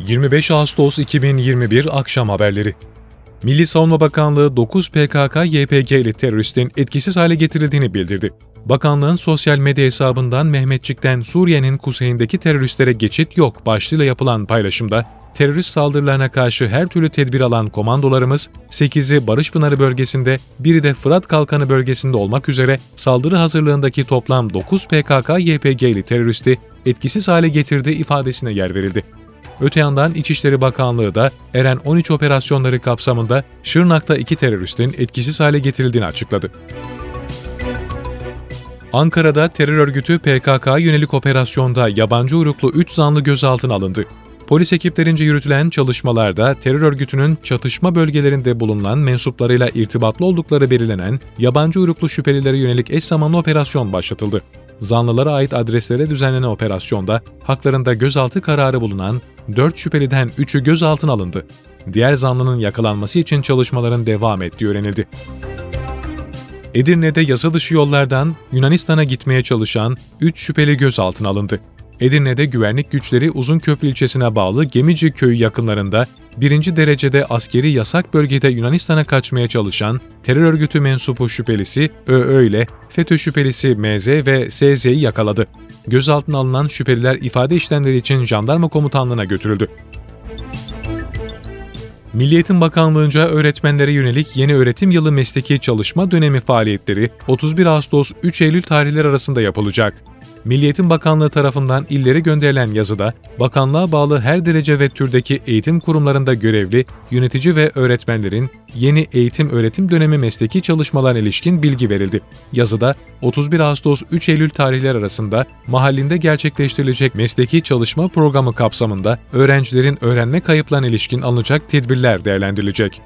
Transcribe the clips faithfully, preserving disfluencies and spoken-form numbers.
yirmi beş Ağustos iki bin yirmi bir Akşam Haberleri. Milli Savunma Bakanlığı dokuz P K K Y P G'li teröristin etkisiz hale getirildiğini bildirdi. Bakanlığın sosyal medya hesabından Mehmetçik'ten Suriye'nin kuzeyindeki teröristlere geçit yok başlığıyla yapılan paylaşımda, terörist saldırılarına karşı her türlü tedbir alan komandolarımız, sekizi Barışpınarı bölgesinde, biri de Fırat Kalkanı bölgesinde olmak üzere saldırı hazırlığındaki toplam dokuz P K K Y P G'li teröristi etkisiz hale getirdiği ifadesine yer verildi. Öte yandan İçişleri Bakanlığı da Eren on üç operasyonları kapsamında Şırnak'ta iki teröristin etkisiz hale getirildiğini açıkladı. Ankara'da terör örgütü P K K'ya yönelik operasyonda yabancı uyruklu üç zanlı gözaltına alındı. Polis ekiplerince yürütülen çalışmalarda terör örgütünün çatışma bölgelerinde bulunan mensuplarıyla irtibatlı oldukları belirlenen yabancı uyruklu şüphelilere yönelik eş zamanlı operasyon başlatıldı. Zanlılara ait adreslere düzenlenen operasyonda haklarında gözaltı kararı bulunan dört şüpheliden üçü gözaltına alındı. Diğer zanlının yakalanması için çalışmaların devam ettiği öğrenildi. Edirne'de yasa dışı yollardan Yunanistan'a gitmeye çalışan üç şüpheli gözaltına alındı. Edirne'de güvenlik güçleri Uzunköprü ilçesine bağlı Gemici köyü yakınlarında birinci derecede askeri yasak bölgede Yunanistan'a kaçmaya çalışan terör örgütü mensubu şüphelisi ÖÖ ile FETÖ şüphelisi M Z ve S Z'yi yakaladı. Gözaltına alınan şüpheliler ifade işlemleri için jandarma komutanlığına götürüldü. Milli Eğitim Bakanlığı'nca öğretmenlere yönelik yeni öğretim yılı mesleki çalışma dönemi faaliyetleri otuz bir Ağustos - üç Eylül tarihleri arasında yapılacak. Milli Eğitim Bakanlığı tarafından illere gönderilen yazıda, bakanlığa bağlı her derece ve türdeki eğitim kurumlarında görevli, yönetici ve öğretmenlerin yeni eğitim-öğretim dönemi mesleki çalışmalarına ilişkin bilgi verildi. Yazıda, otuz bir Ağustos - üç Eylül tarihleri arasında mahallinde gerçekleştirilecek mesleki çalışma programı kapsamında öğrencilerin öğrenme kayıplarına ilişkin alınacak tedbirler değerlendirilecek.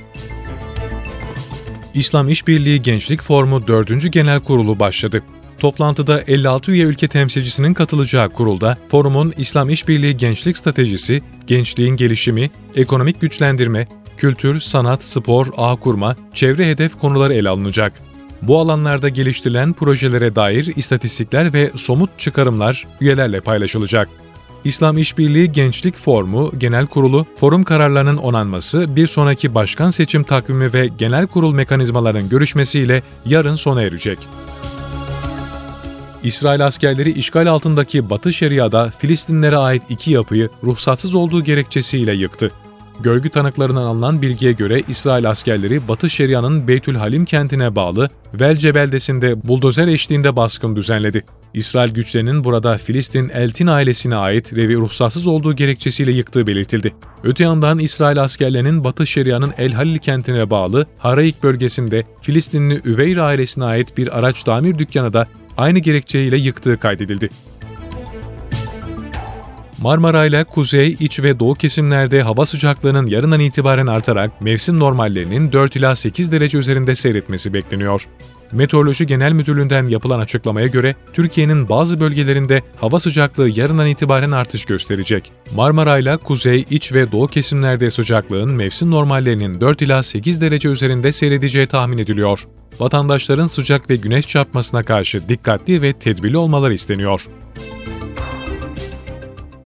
İslam İşbirliği Gençlik Forumu dördüncü Genel Kurulu başladı. Toplantıda elli altı üye ülke temsilcisinin katılacağı kurulda, forumun İslam İşbirliği Gençlik Stratejisi, gençliğin gelişimi, ekonomik güçlendirme, kültür, sanat, spor, ağ kurma, çevre hedef konuları ele alınacak. Bu alanlarda geliştirilen projelere dair istatistikler ve somut çıkarımlar üyelerle paylaşılacak. İslam İşbirliği Gençlik Forumu Genel Kurulu, forum kararlarının onanması, bir sonraki başkan seçim takvimi ve genel kurul mekanizmalarının görüşmesiyle yarın sona erecek. İsrail askerleri işgal altındaki Batı Şeria'da Filistinlere ait iki yapıyı ruhsatsız olduğu gerekçesiyle yıktı. Görgü tanıklarından alınan bilgiye göre İsrail askerleri Batı Şeria'nın Beytülhalim kentine bağlı Velce beldesinde buldozer eşliğinde baskın düzenledi. İsrail güçlerinin burada Filistin Eltin ailesine ait revi ruhsatsız olduğu gerekçesiyle yıktığı belirtildi. Öte yandan İsrail askerlerinin Batı Şeria'nın El Halil kentine bağlı Haraik bölgesinde Filistinli Üveyr ailesine ait bir araç tamir dükkanı da aynı gerekçeyle yıktığı kaydedildi. Marmara ile kuzey, iç ve doğu kesimlerde hava sıcaklığının yarından itibaren artarak mevsim normallerinin dört ila sekiz derece üzerinde seyretmesi bekleniyor. Meteoroloji Genel Müdürlüğü'nden yapılan açıklamaya göre Türkiye'nin bazı bölgelerinde hava sıcaklığı yarından itibaren artış gösterecek. Marmara ile kuzey, iç ve doğu kesimlerde sıcaklığın mevsim normallerinin dört ila sekiz derece üzerinde seyredeceği tahmin ediliyor. Vatandaşların sıcak ve güneş çarpmasına karşı dikkatli ve tedbirli olmaları isteniyor.